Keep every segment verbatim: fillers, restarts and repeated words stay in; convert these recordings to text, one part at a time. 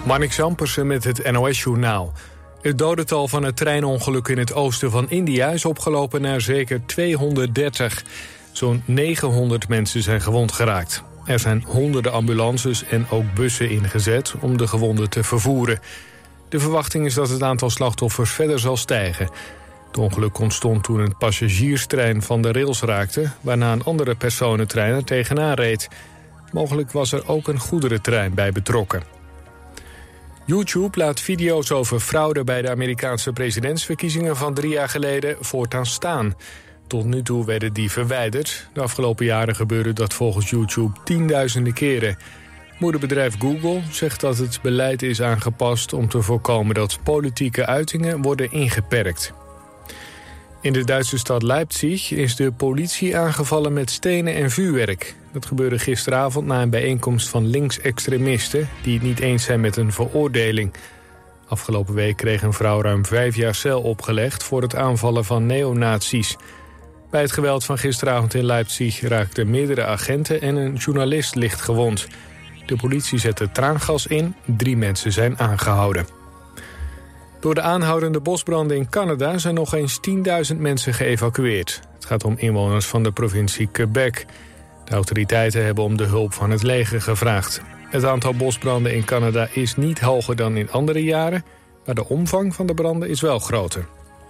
Marnik Zampersen met het N O S-journaal. Het dodental van het treinongeluk in het oosten van India is opgelopen naar zeker tweehonderddertig. Zo'n negenhonderd mensen zijn gewond geraakt. Er zijn honderden ambulances en ook bussen ingezet om de gewonden te vervoeren. De verwachting is dat het aantal slachtoffers verder zal stijgen. Het ongeluk ontstond toen een passagierstrein van de rails raakte, waarna een andere personentrein er tegenaan reed. Mogelijk was er ook een goederentrein bij betrokken. YouTube laat video's over fraude bij de Amerikaanse presidentsverkiezingen van drie jaar geleden voortaan staan. Tot nu toe werden die verwijderd. De afgelopen jaren gebeurde dat volgens YouTube tienduizenden keren. Moederbedrijf Google zegt dat het beleid is aangepast om te voorkomen dat politieke uitingen worden ingeperkt. In de Duitse stad Leipzig is de politie aangevallen met stenen en vuurwerk. Dat gebeurde gisteravond na een bijeenkomst van linksextremisten die het niet eens zijn met een veroordeling. Afgelopen week kreeg een vrouw ruim vijf jaar cel opgelegd voor het aanvallen van neonazies. Bij het geweld van gisteravond in Leipzig raakten meerdere agenten en een journalist licht gewond. De politie zette traangas in, drie mensen zijn aangehouden. Door de aanhoudende bosbranden in Canada zijn nog eens tienduizend mensen geëvacueerd. Het gaat om inwoners van de provincie Quebec. De autoriteiten hebben om de hulp van het leger gevraagd. Het aantal bosbranden in Canada is niet hoger dan in andere jaren, maar de omvang van de branden is wel groter.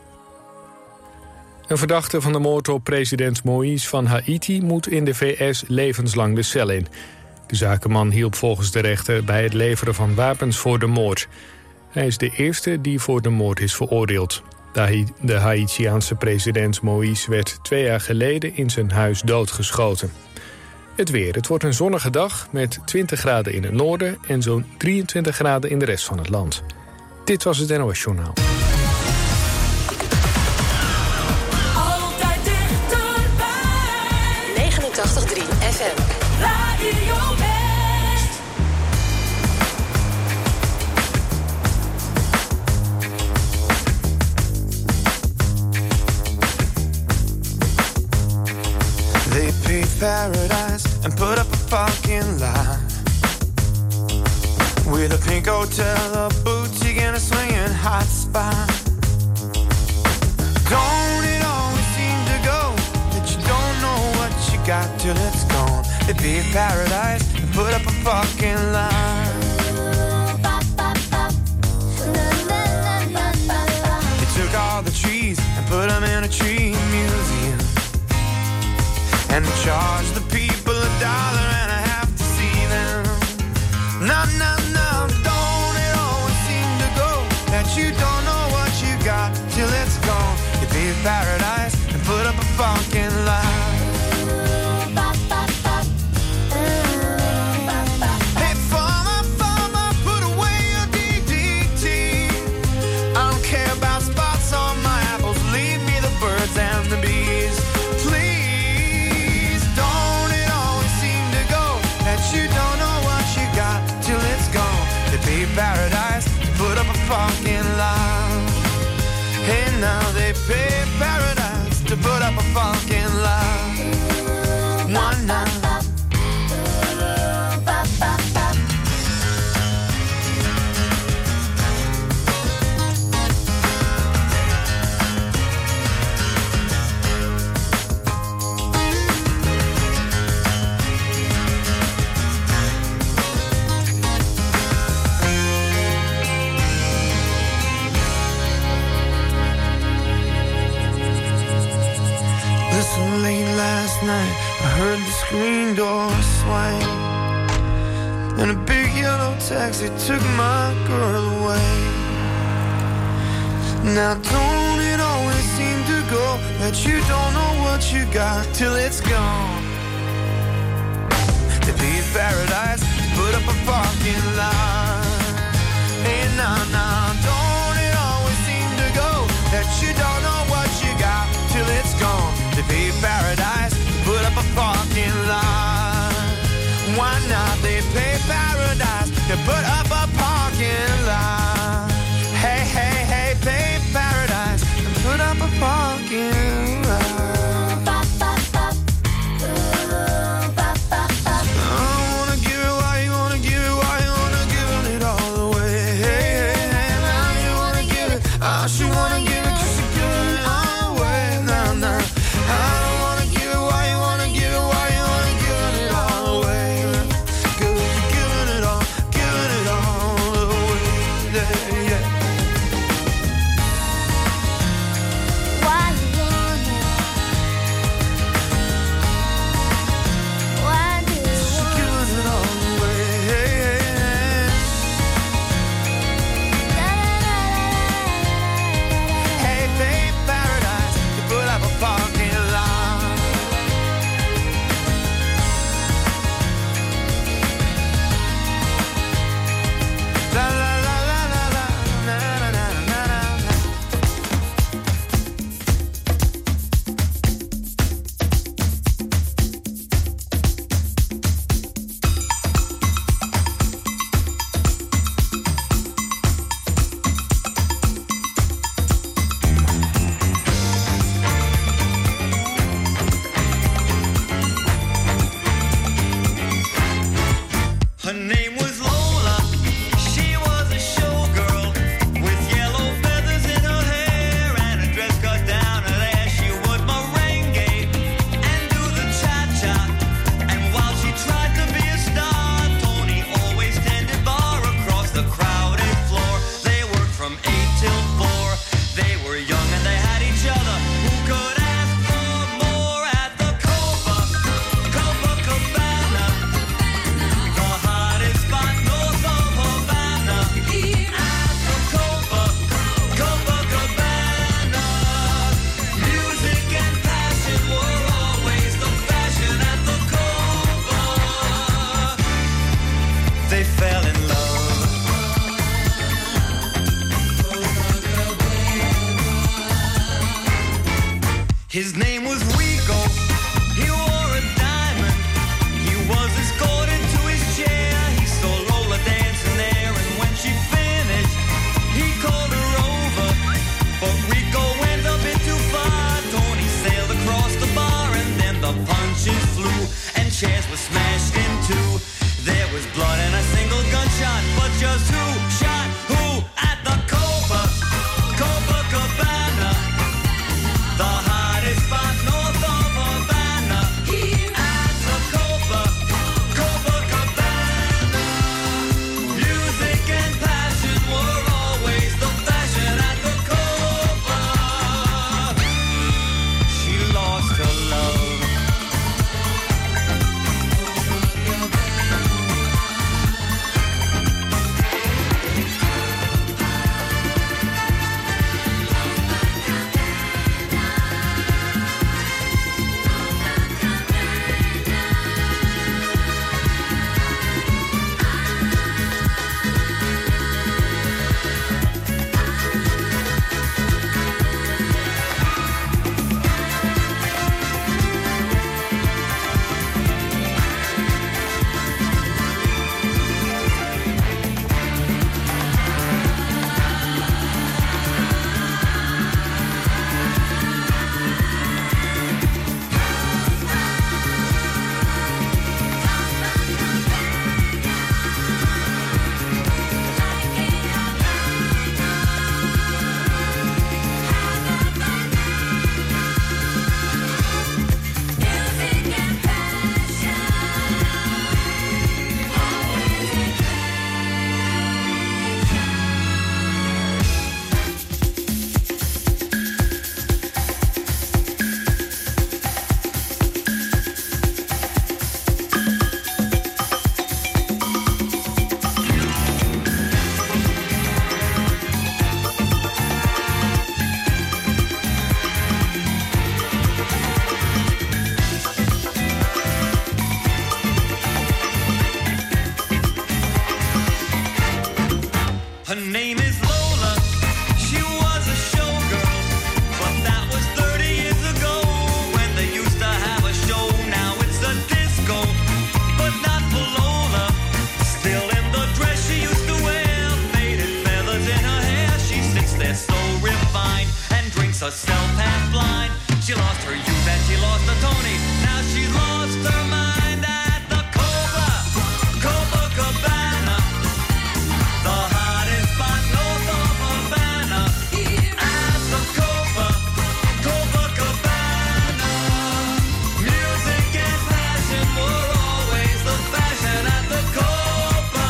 Een verdachte van de moord op president Moïse van Haïti moet in de V S levenslang de cel in. De zakenman hielp volgens de rechter bij het leveren van wapens voor de moord. Hij is de eerste die voor de moord is veroordeeld. De Haïtiaanse president Moïse werd twee jaar geleden in zijn huis doodgeschoten. Het weer. Het wordt een zonnige dag met twintig graden in het noorden en zo'n drieëntwintig graden in de rest van het land. Dit was het N O S-journaal. Altijd dichterbij. negenentachtig komma drie F M. Radio West. They paved paradise and put up a fucking lie with a pink hotel, a boutique, and a swinging hot spot. Don't it always seem to go that you don't know what you got till it's gone? They paved paradise and put up a fucking lie. They took all the trees and put them in a tree museum. And charge the people a dollar and a half to see them. No, no, no, don't it always seem to go that you don't know what you got till it's gone. You pay paradise and put up a fucking lie. Hey, farmer, farmer, put away your D D T. I don't care about spots on my apples. Leave me the birds and the bees. You don't know what you got till it's gone. They pay paradise to put up a fucking lie. Hey, now they pay paradise to put up a fucking lie. One night. Late last night, I heard the screen door swing, and a big yellow taxi took my girl away. Now don't it always seem to go that you don't know what you got till it's gone? They paid paradise to put up a fucking lie. Hey, nah, nah, don't it always seem to go that you don't know what you got till it's gone? They pay paradise to put up a fucking lie. Why not? They pay paradise to put up a parking lot. Hey, hey, hey, pay paradise and put up a parking lot. I wanna give it, why you wanna give it, why you wanna give it all away. His name was Rico. He wore a diamond. He was escorted to his chair. He saw Lola dancing there, and when she finished, he called her over. But Rico went a bit too far. Tony sailed across the bar, and then the punches flew, and chairs were smashed in two. There was blood and a single gunshot, but just who shot who at the Copa, Copacabana, the hottest spot north of Havana. At the Copa, Copacabana, music and passion were always the fashion at the Copa. She lost her love. Her name is Lola, she was a showgirl, but that was thirty years ago, when they used to have a show. Now it's a disco, but not for Lola. Still in the dress she used to wear, faded feathers in her hair. She sits there so refined, and drinks herself half blind. She lost her youth and she lost her Tony, now she's lost her mind at the Copa, Copacabana, the hottest spot north of Havana. At the Copa, Copacabana, music and passion were always the fashion at the Copa.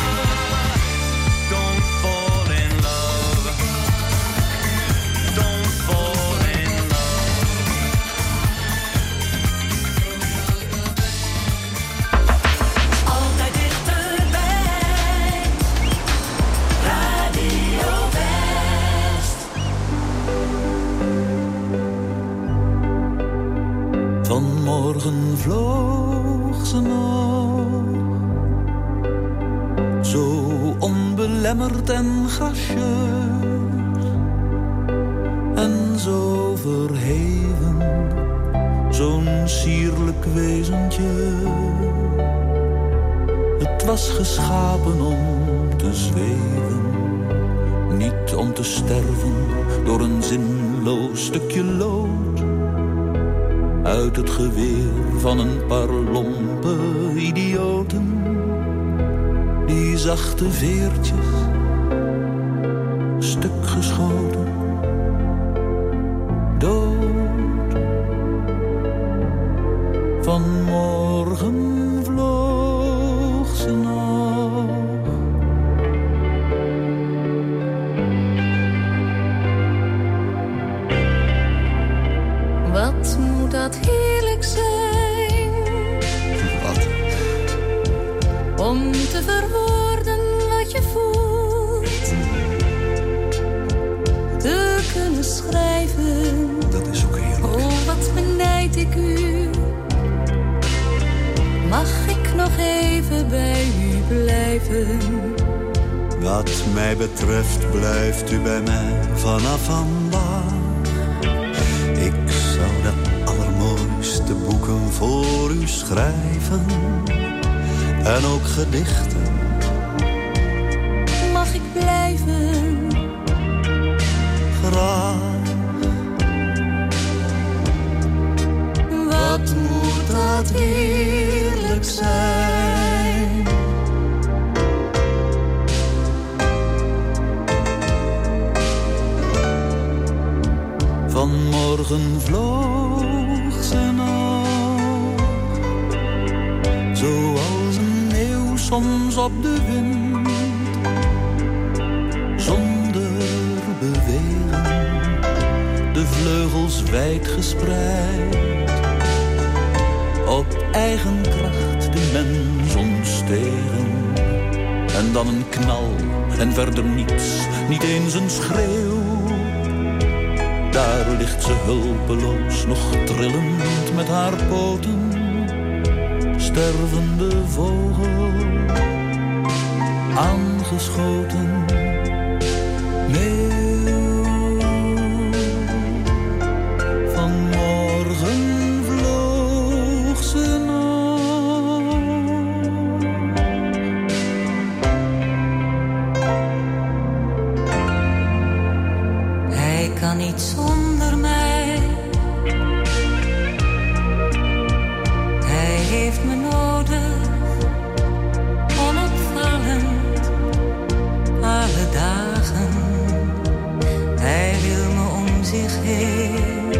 Don't fall in love. Don't fall in love. Altijd dichterbij. Radio West. Vanmorgen vloog ze nog, zo onbelemmerd en gracieus, en zo verheven, zo'n sierlijk wezentje. Het was geschapen om te zweven, niet om te sterven door een zinloos stukje lood uit het geweer van een paar lompe idioten. Die zachte veertjes, stuk geschoten, dood. Vanmorgen vloog ze nog. Wat moet dat heerlijk zijn, Wat? om te verwoorden wat je voelt, te kunnen schrijven. Dat is ook heerlijk. Oh, wat benijd ik u. Mag ik nog even bij u blijven? Wat mij betreft blijft u bij mij vanaf vandaag. Ik zal boeken voor u schrijven en ook gedichten. Mag ik blijven? Graag. Wat moet dat heerlijk zijn? Vanmorgen vloog ze nog, zoals een eeuw soms op de wind, zonder bewegen, de vleugels wijd gespreid, op eigen kracht de mens ontstegen. En dan een knal en verder niets, niet eens een schreeuw. Daar ligt ze hulpeloos, nog trillend met haar poten. Stervende vogel, aangeschoten. Meeuw, vanmorgen vloog ze nog. Hij kan niet zonder mij. Hij heeft me nodig, onopvallend, alle dagen. Hij wil me om zich heen,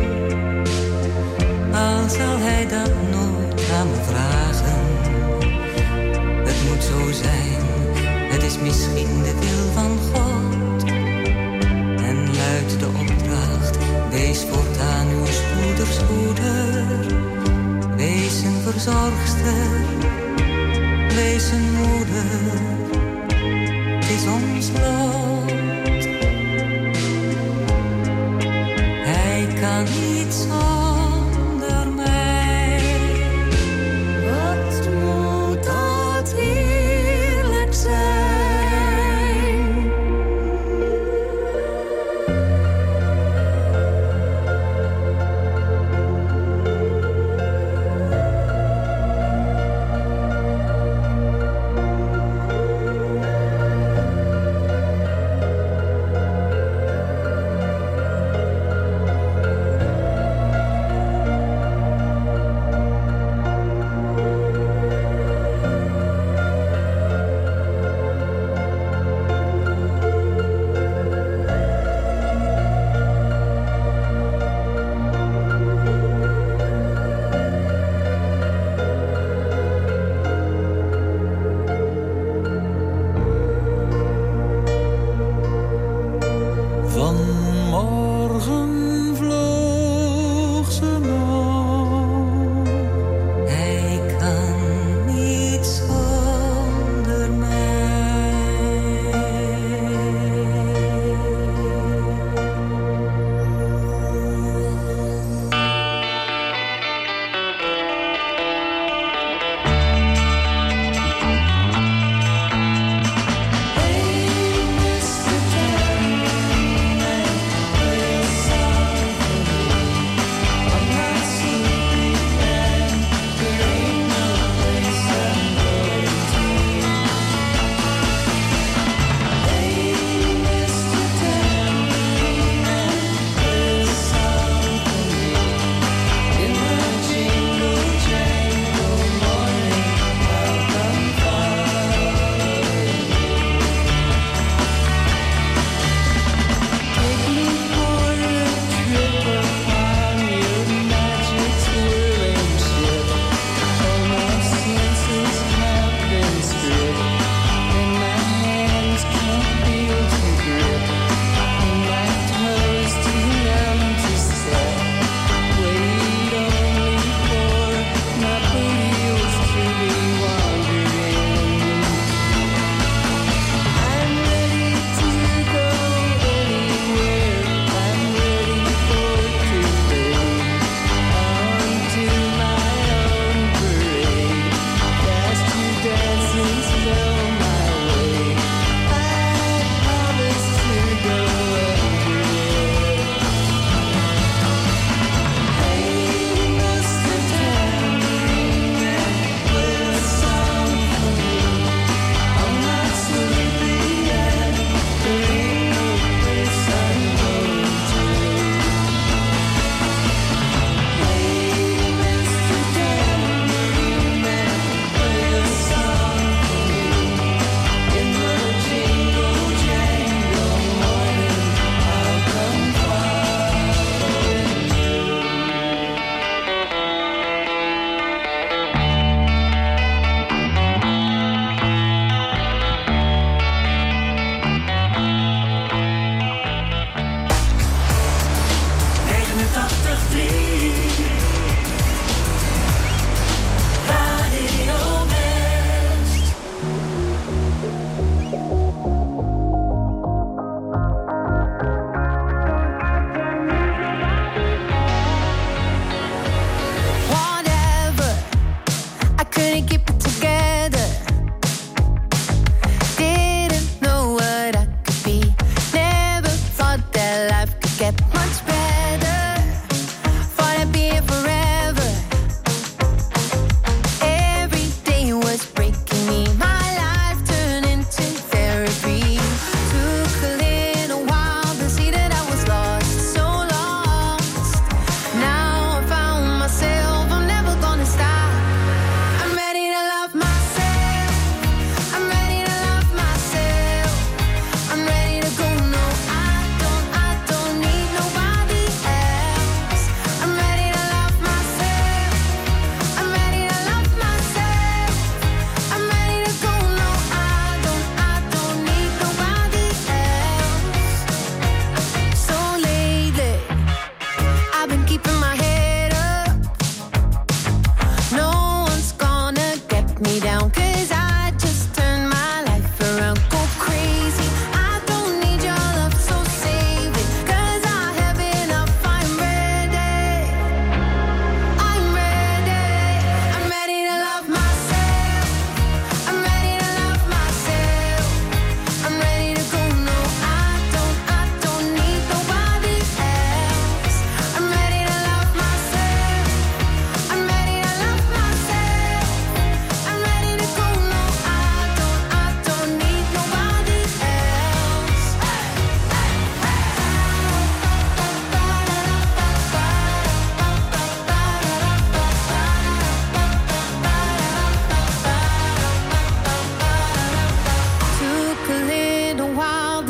al zal hij dat nooit aan me vragen. Het moet zo zijn, het is misschien de wil van God. En luidt de opdracht, wees voortaan uw spoeders moeder. Wees een verzorgster, wees een moeder. Het is ons lot. Hij kan niet zonder mij. Wat moet dat heerlijk zijn?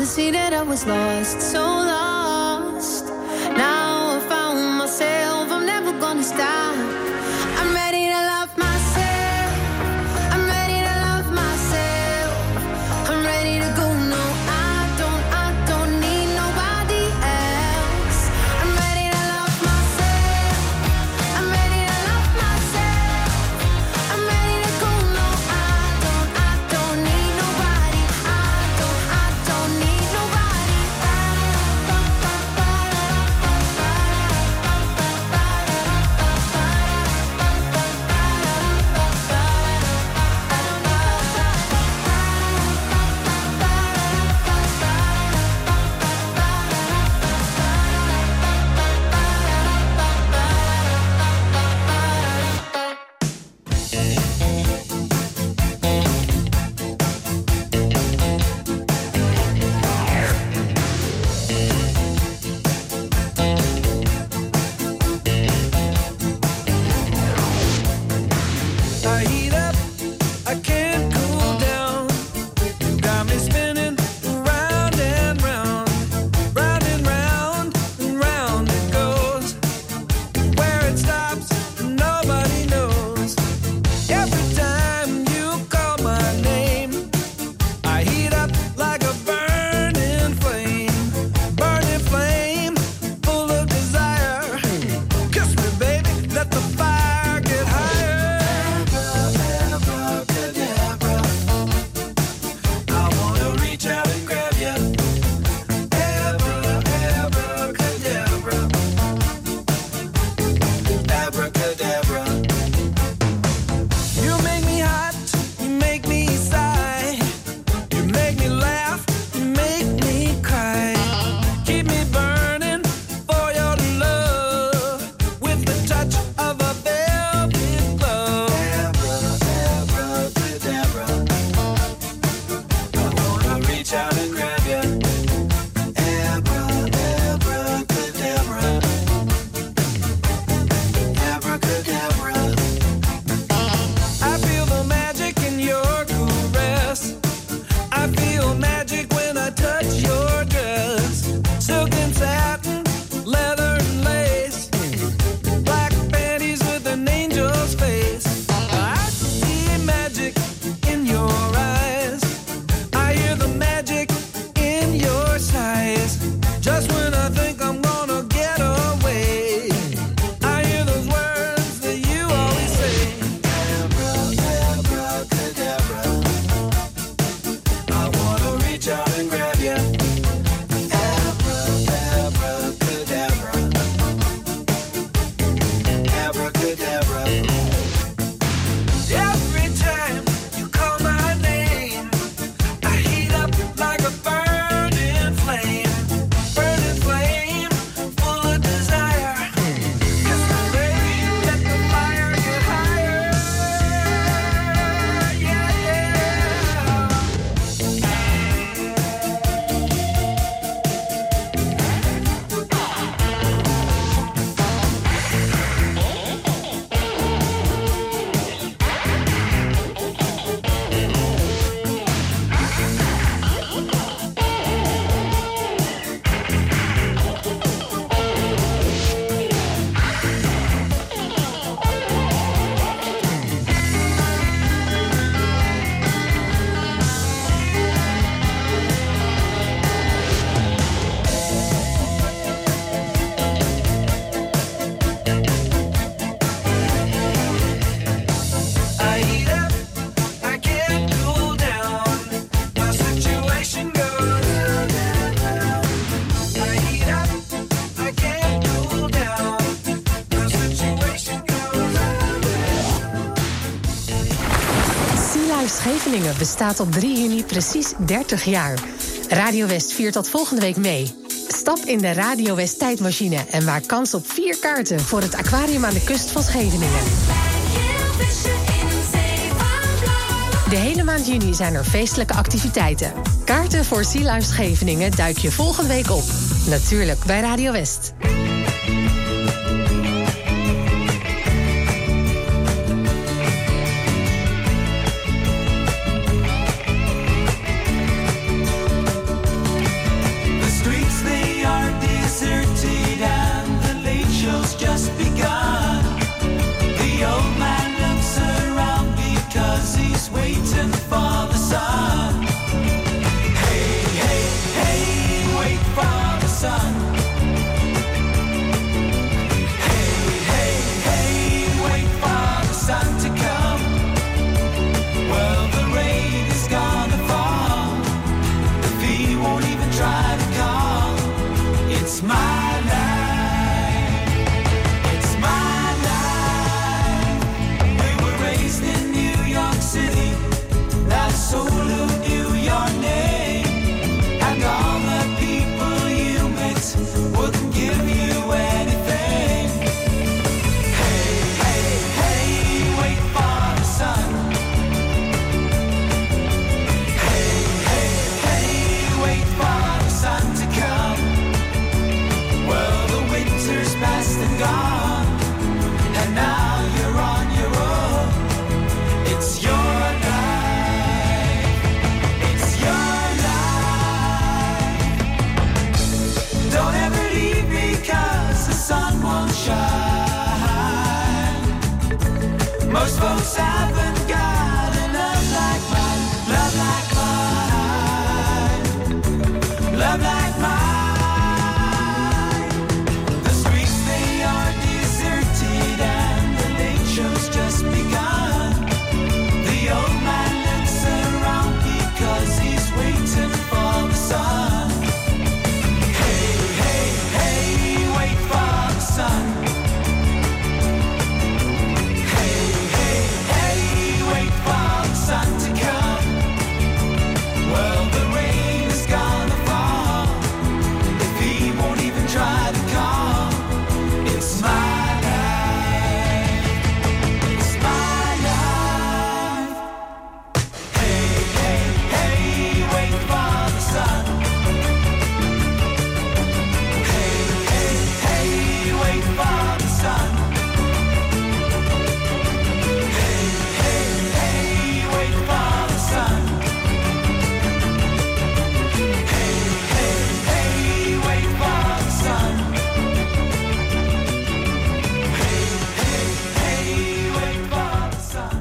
to see that I was lost, so lost. Now I found myself, I'm never gonna stop. I'm ready to love myself. I'm ready to love myself. I'm ready to go. No, I don't, I don't need nobody else. I'm ready to love myself. I'm ready to love myself. I'm ready to go. No, I don't, I don't need nobody. I don't, I don't need nobody. I heat up, I can't cool down. You got me spinning round and round, round and round and round it goes. Where it stops, nobody knows. Every time you call my name, I heat up like a burning flame, burning flame, full of desire. Kiss me, baby, let the fire get higher. I wanna reach out and grab you. Abra, abracadabra. Abracadabra. You make me hot, you make me sigh. You make me laugh, you make me cry. Keep me burning for your love with the touch of a velvet glove. Abracadabra. I wanna reach out and grab you. Abra, abracadabra. Abracadabra. I feel the magic in your caress. I feel magic when I touch your dress. Silk and satin, leather and lace. Black panties with an angel's face. I see magic in your eyes. I hear the magic in your sighs. Just when I think I'm gonna get away, I hear those words that you always say. Abra, abracadabra. I wanna reach out and grab you. Abra, abracadabra. Abracadabra. Every time you call my name, I heat up like a burning flame, burning flame, full of desire. Kiss me, baby, let the fire get higher. Yeah, yeah. I heat up, I can't cool down. My situation goes down, down, down. I heat up, I can't cool down. My situation goes down, down. Sea Life Scheveningen bestaat op drie juni precies dertig jaar. Radio West viert dat volgende week mee. Stap in de Radio West tijdmachine en maak kans op vier kaarten voor het aquarium aan de kust van Scheveningen. De hele maand juni zijn er feestelijke activiteiten. Kaarten voor Sea Life Scheveningen duik je volgende week op. Natuurlijk bij Radio West. won't even try to call. It's my life. It's my life. We were raised in New York City. That soul who knew your name. And all the people you met wouldn't give you anything. Hey, hey, hey, wait for the sun. Hey, hey, hey, wait for the sun to come. Well, the winter's past and gone, and now you're on your own. It's your life. It's your life. Don't ever leave because the sun won't shine. Most folks haven't got a love like mine. Love like mine. Love like mine. The streets, they are deserted and the late show's just begun. The old man looks around because he's waiting for the sun. Hey, hey, hey, wait for the sun. Hey, hey, hey, wait for the sun to come. Well, the rain is gonna fall if he won't even try to call. It's my life. It's my life. Hey, hey, hey, wait for the sun. Hey, hey, hey, wait for the sun. Hey, hey, hey, wait for the sun. Hey, hey, hey, wait for the sun. Hey, hey, hey, wait for the sun.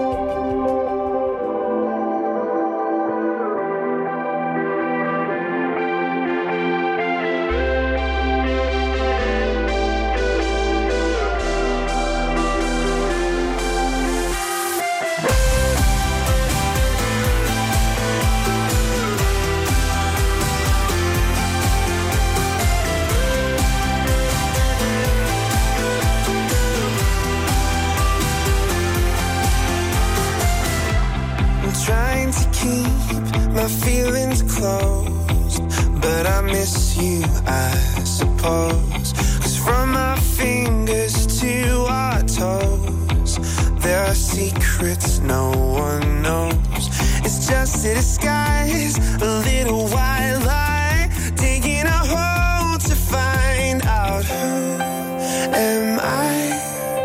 I'm trying to keep my feelings closed, but I miss you, I suppose. 'Cause from our fingers to our toes, there are secrets no one knows. It's just a disguise, a little white lie, taking a hold to find out who am I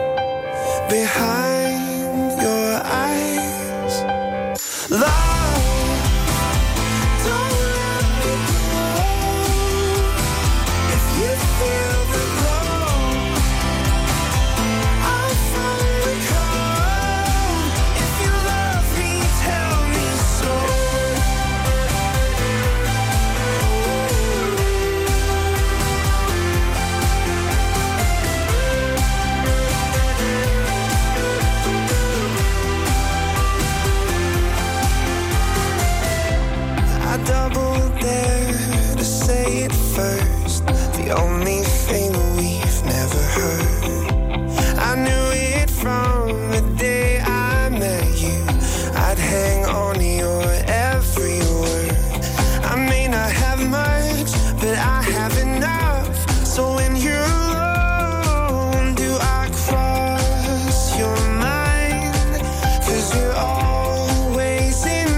behind your eyes. Love, don't let me go. If you feel the glow, I'll find the cold. If you love me, tell me so. I double dare to say it first. The only thing we've never heard. I knew it from the day I met you. I'd hang on your every word. I may not have much, but I have enough. So when you're alone, do I cross your mind? 'Cause you're always in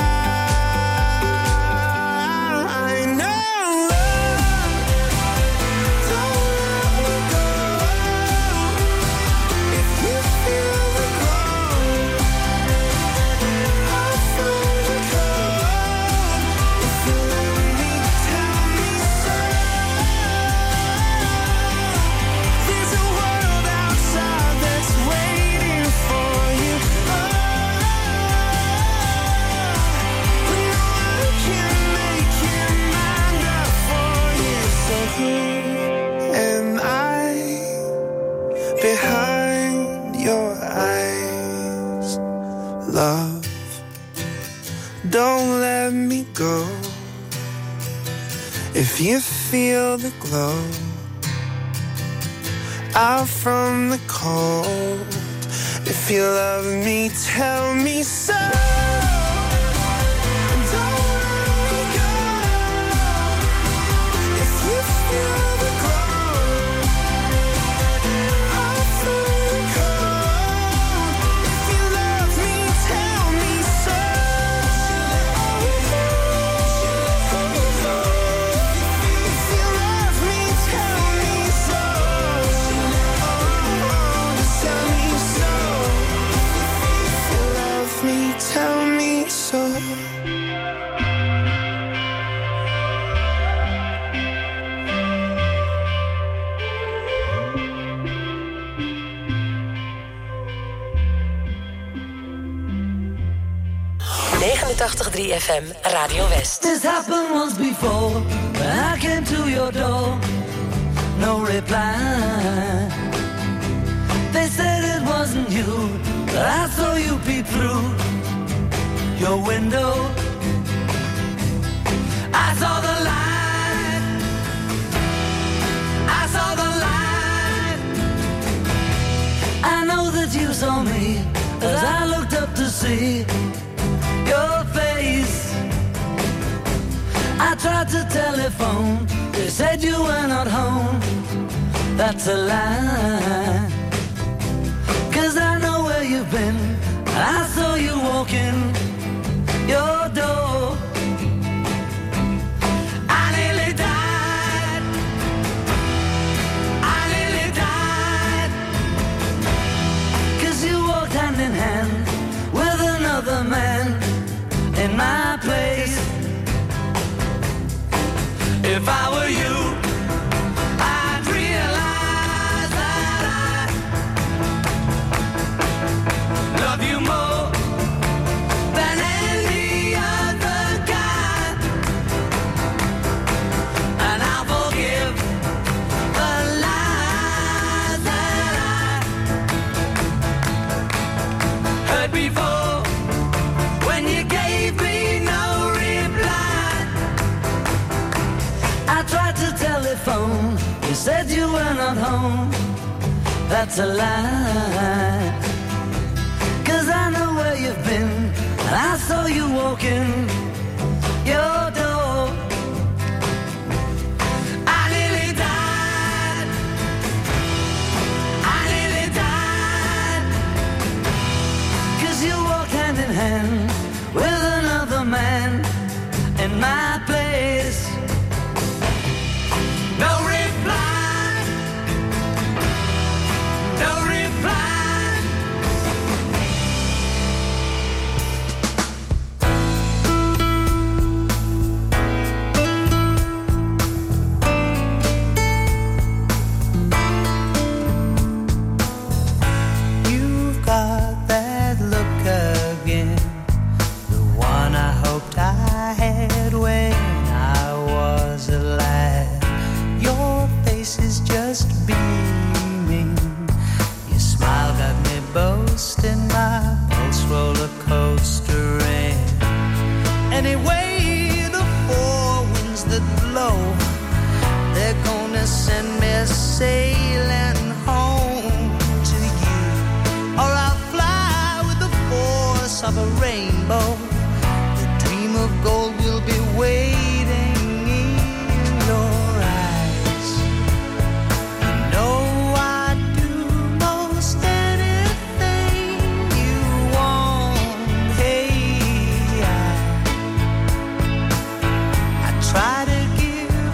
mine. No love, don't let me go. If you feel the glow, I'll find the cold. If you let me, tell me so. There's a world outside that's waiting for you. Oh, but no one can make your mind up for you. So who am I behind your eyes? Love, don't let me go. If you feel the glow out from the cold, if you love me, tell me so. negenentachtig komma drie F M, Radio West. This happened once before, when I came to your door. No reply. They said it wasn't you, but I saw you peep through your window. I saw the light. I saw the light. I know that you saw me as I looked up to see your face. I tried to telephone, they said you were not home. That's a lie, 'cause I know where you've been. I saw you walking your door. I nearly died. I nearly died, 'cause you walked hand in hand with another man in my place. If I were you, I'd realize that I love you more than any other guy, and I'll forgive the lies that I heard before. When you gave me no reply, I tried to telephone, you said you were not home. That's a lie, 'cause I know where you've been, and I saw you walking your door. I nearly died. I nearly died, 'cause you walked hand in hand with another man in my place. No reply, no reply. You've got that look again, the one I hoped I had when I was alive. Your face is just beaming, your smile got me boasting, my pulse roller coastering. Anyway, the four winds that blow, they're gonna send me sailing home to you, or I'll fly with the force of a rainbow. The dream of gold will be waiting in your eyes. You know I'd do most anything you want. Hey, I, I try to give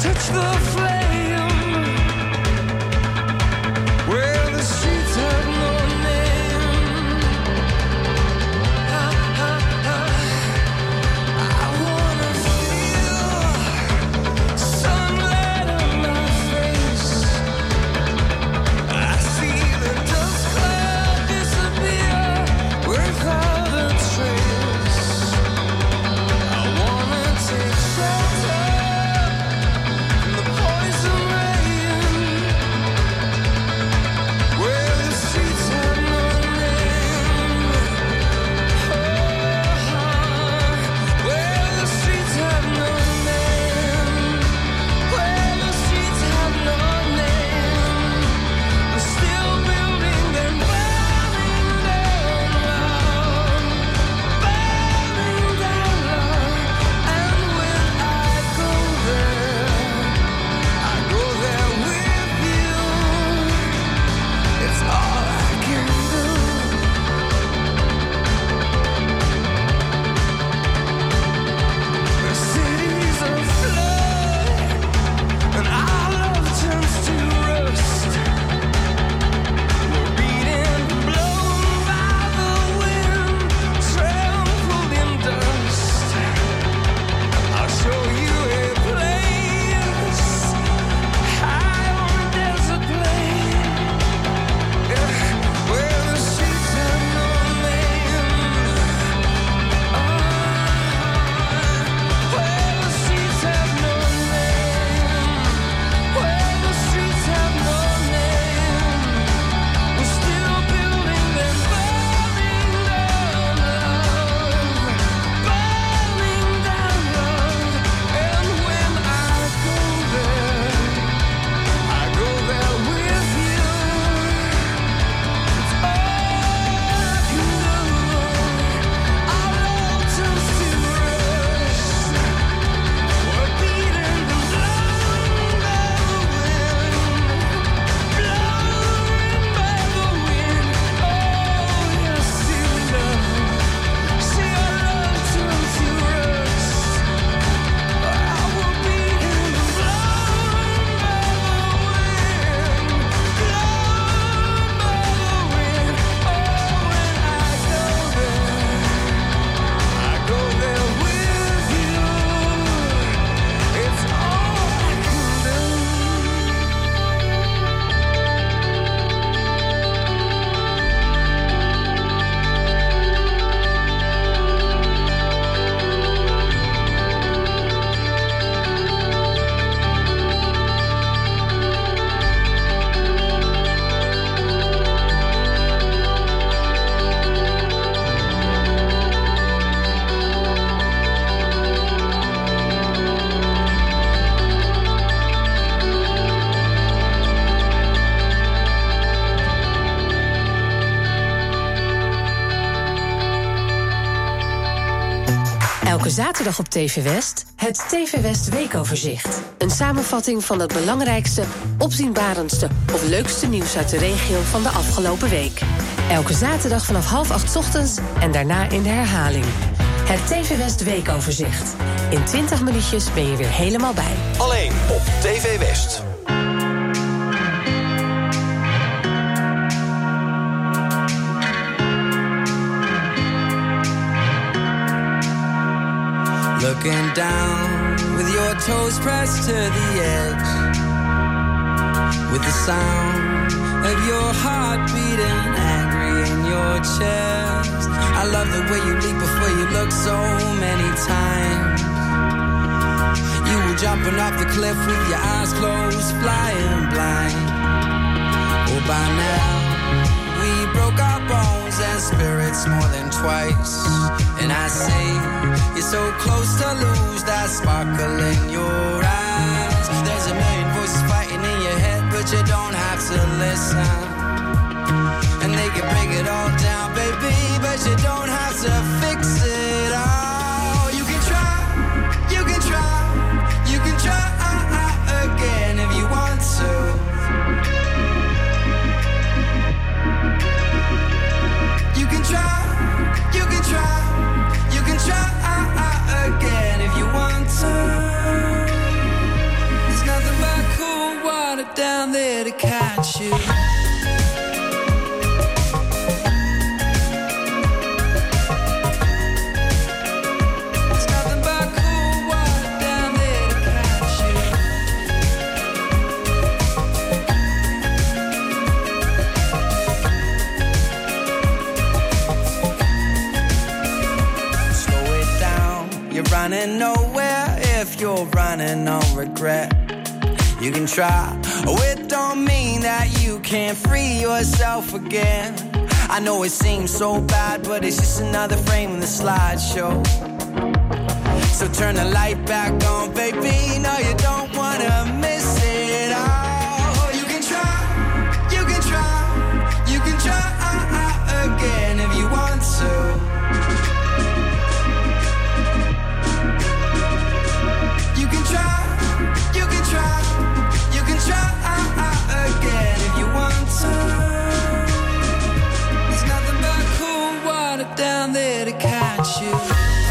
touch the flame. Where the streets have no name. I, I, I, I wanna feel sunlight on my face. I see the dust cloud disappear without a trace. I wanna take shelter from the poison rain, where the streets have no name. Oh, where the streets have no name. Where the streets have no name. We're still building and burning down love, burning down love. And when I go there, I go there with you. It's all I can do. The city's afloat, and our love turns to rust. We're beaten, blown by the wind, trampled in dust. I'll show you a place high on a desert plain, where the streets have no name. Oh, where the streets have no name. Where the streets have no name. We're still building them, burning down love, burning down love. And when I go there, I go there with you. It's all I can do. Our love turns to rust. We're beaten and blown by the wind, blown by the wind. Oh, yes, you know. See, our love turns to rust. I will be in the blown by the wind, blown by the wind. Oh, when I go there, I go there with you. It's all I can do. Elke zaterdag op T V West het T V West Weekoverzicht. Een samenvatting van het belangrijkste, opzienbarendste of leukste nieuws uit de regio van de afgelopen week. Elke zaterdag vanaf half acht 's ochtends en daarna in de herhaling. Het T V West Weekoverzicht. In twintig minuutjes ben je weer helemaal bij. Alleen op T V West. Looking down with your toes pressed to the edge, with the sound of your heart beating angry in your chest. I love the way you leap before you look so many times. You were jumping off the cliff with your eyes closed, flying blind. Oh, by now we broke our bones and spirits more than twice. And I say you're so close to lose that sparkle in your eyes. There's a million voices fighting in your head, but you don't have to listen. And they can break it all down, baby, but you don't have to fix it all. You can try, you can try, you can try again if you want to. You can try, you can try, you can try again if you want to. water down there to catch you. Running nowhere if you're running on regret. You can try, oh, it don't mean that you can't free yourself again. I know it seems so bad, but it's just another frame in the slideshow. So turn the light back on, baby. No, you don't wanna miss it all. You can try, you can try, you can try again if you want to. Down there to catch you.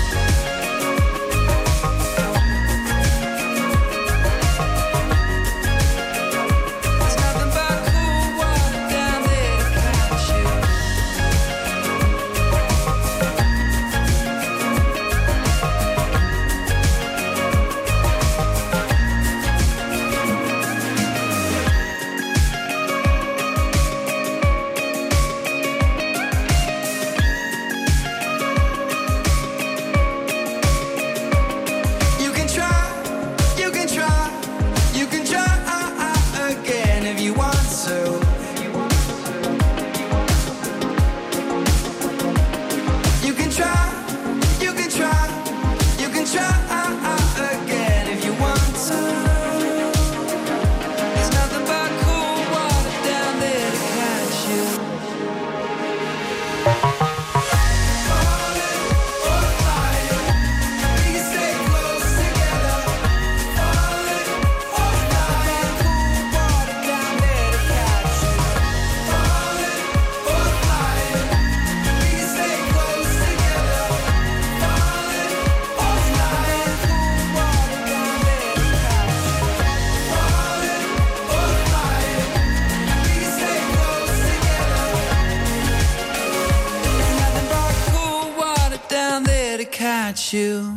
Catch you.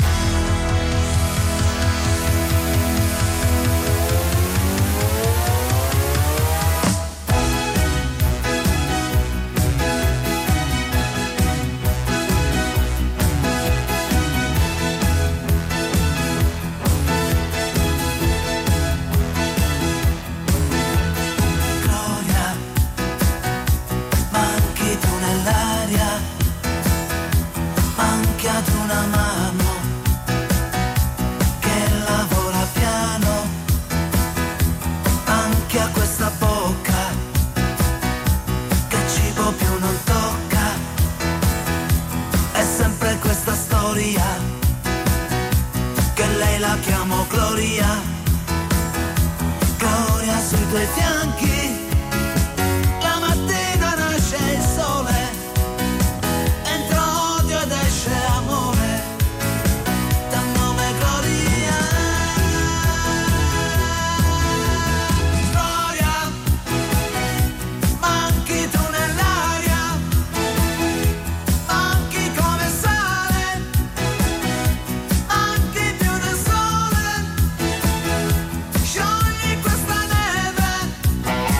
Sciogli questa neve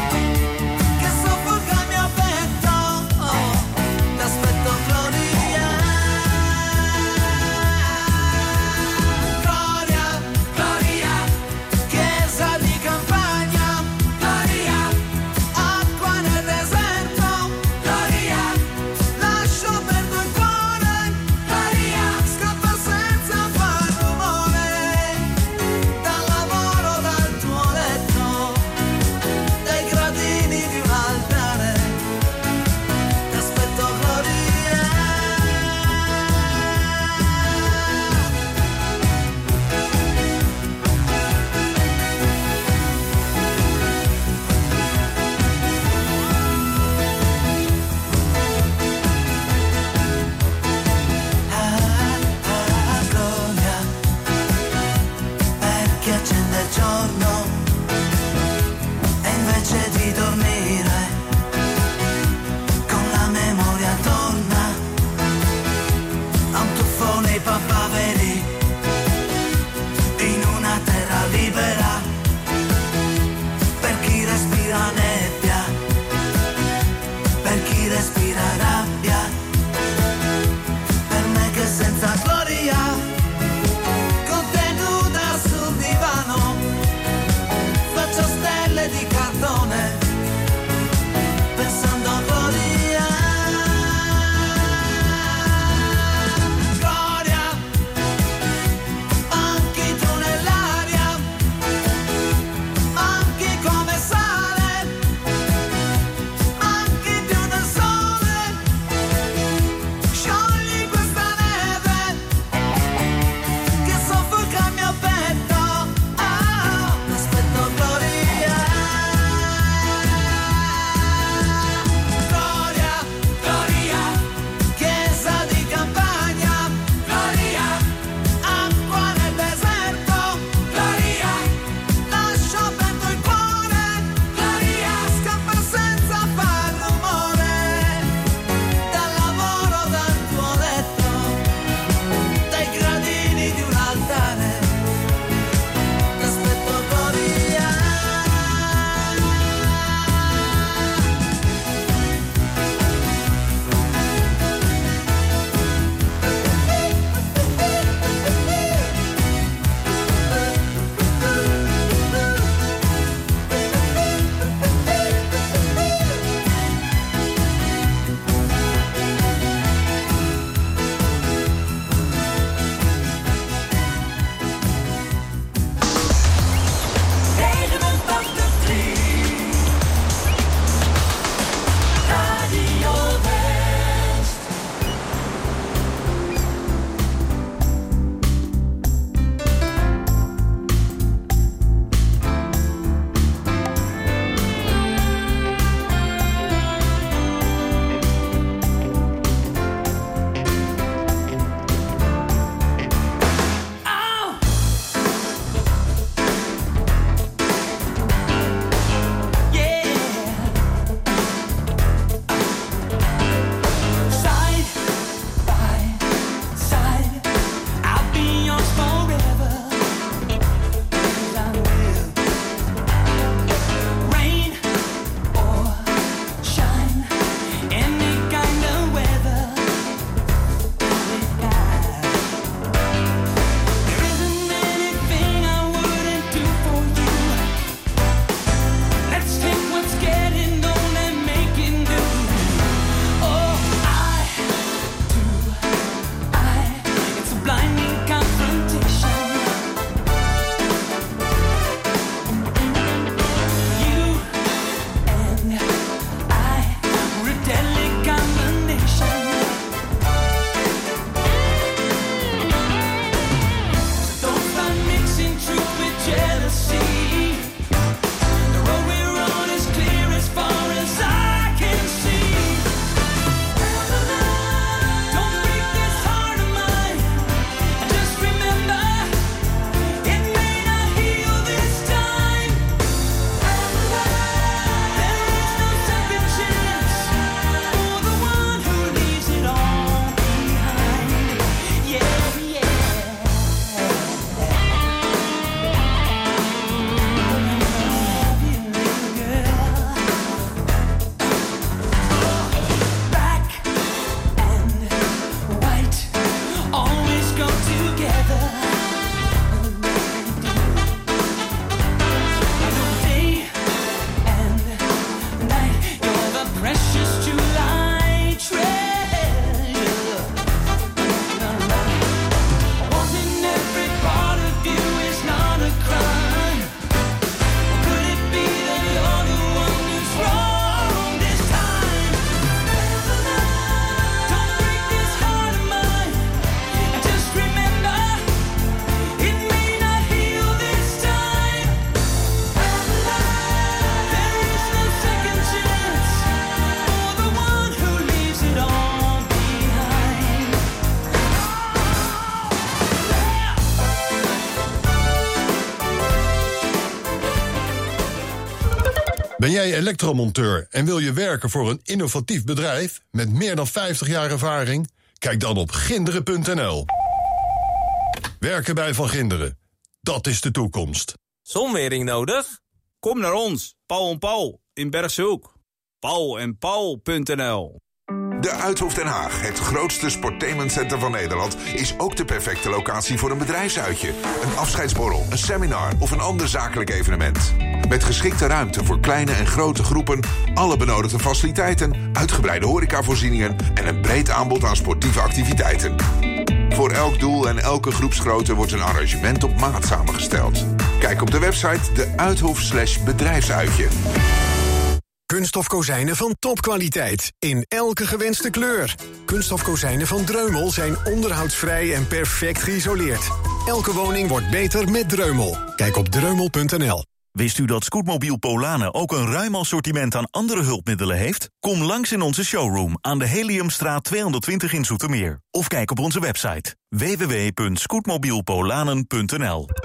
Ben jij elektromonteur en wil je werken voor een innovatief bedrijf met meer dan vijftig jaar ervaring? Kijk dan op ginderen punt n l. Werken bij Van Ginderen, dat is de toekomst. Zonwering nodig? Kom naar ons, Paul en Paul in Bergshoek. paul en paul punt n l. De Uithof Den Haag, het grootste sportainmentcenter van Nederland, is ook de perfecte locatie voor een bedrijfsuitje, een afscheidsborrel, een seminar of een ander zakelijk evenement. Met geschikte ruimte voor kleine en grote groepen, alle benodigde faciliteiten, uitgebreide horecavoorzieningen en een breed aanbod aan sportieve activiteiten. Voor elk doel en elke groepsgrootte wordt een arrangement op maat samengesteld. Kijk op de website de Uithof slash bedrijfsuitje. Kunststof kozijnen van topkwaliteit, in elke gewenste kleur. Kunststof kozijnen van Dreumel zijn onderhoudsvrij en perfect geïsoleerd. Elke woning wordt beter met Dreumel. Kijk op dreumel punt n l. Wist u dat Scootmobiel Polanen ook een ruim assortiment aan andere hulpmiddelen heeft? Kom langs in onze showroom aan de Heliumstraat tweehonderdtwintig in Zoetermeer. Of kijk op onze website w w w punt scootmobielpolanen punt n l.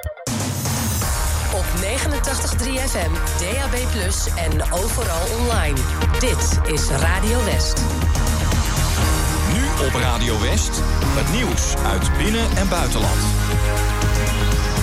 Op negenentachtig komma drie F M, D A B plus, en overal online. Dit is Radio West. Nu op Radio West, het nieuws uit binnen- en buitenland.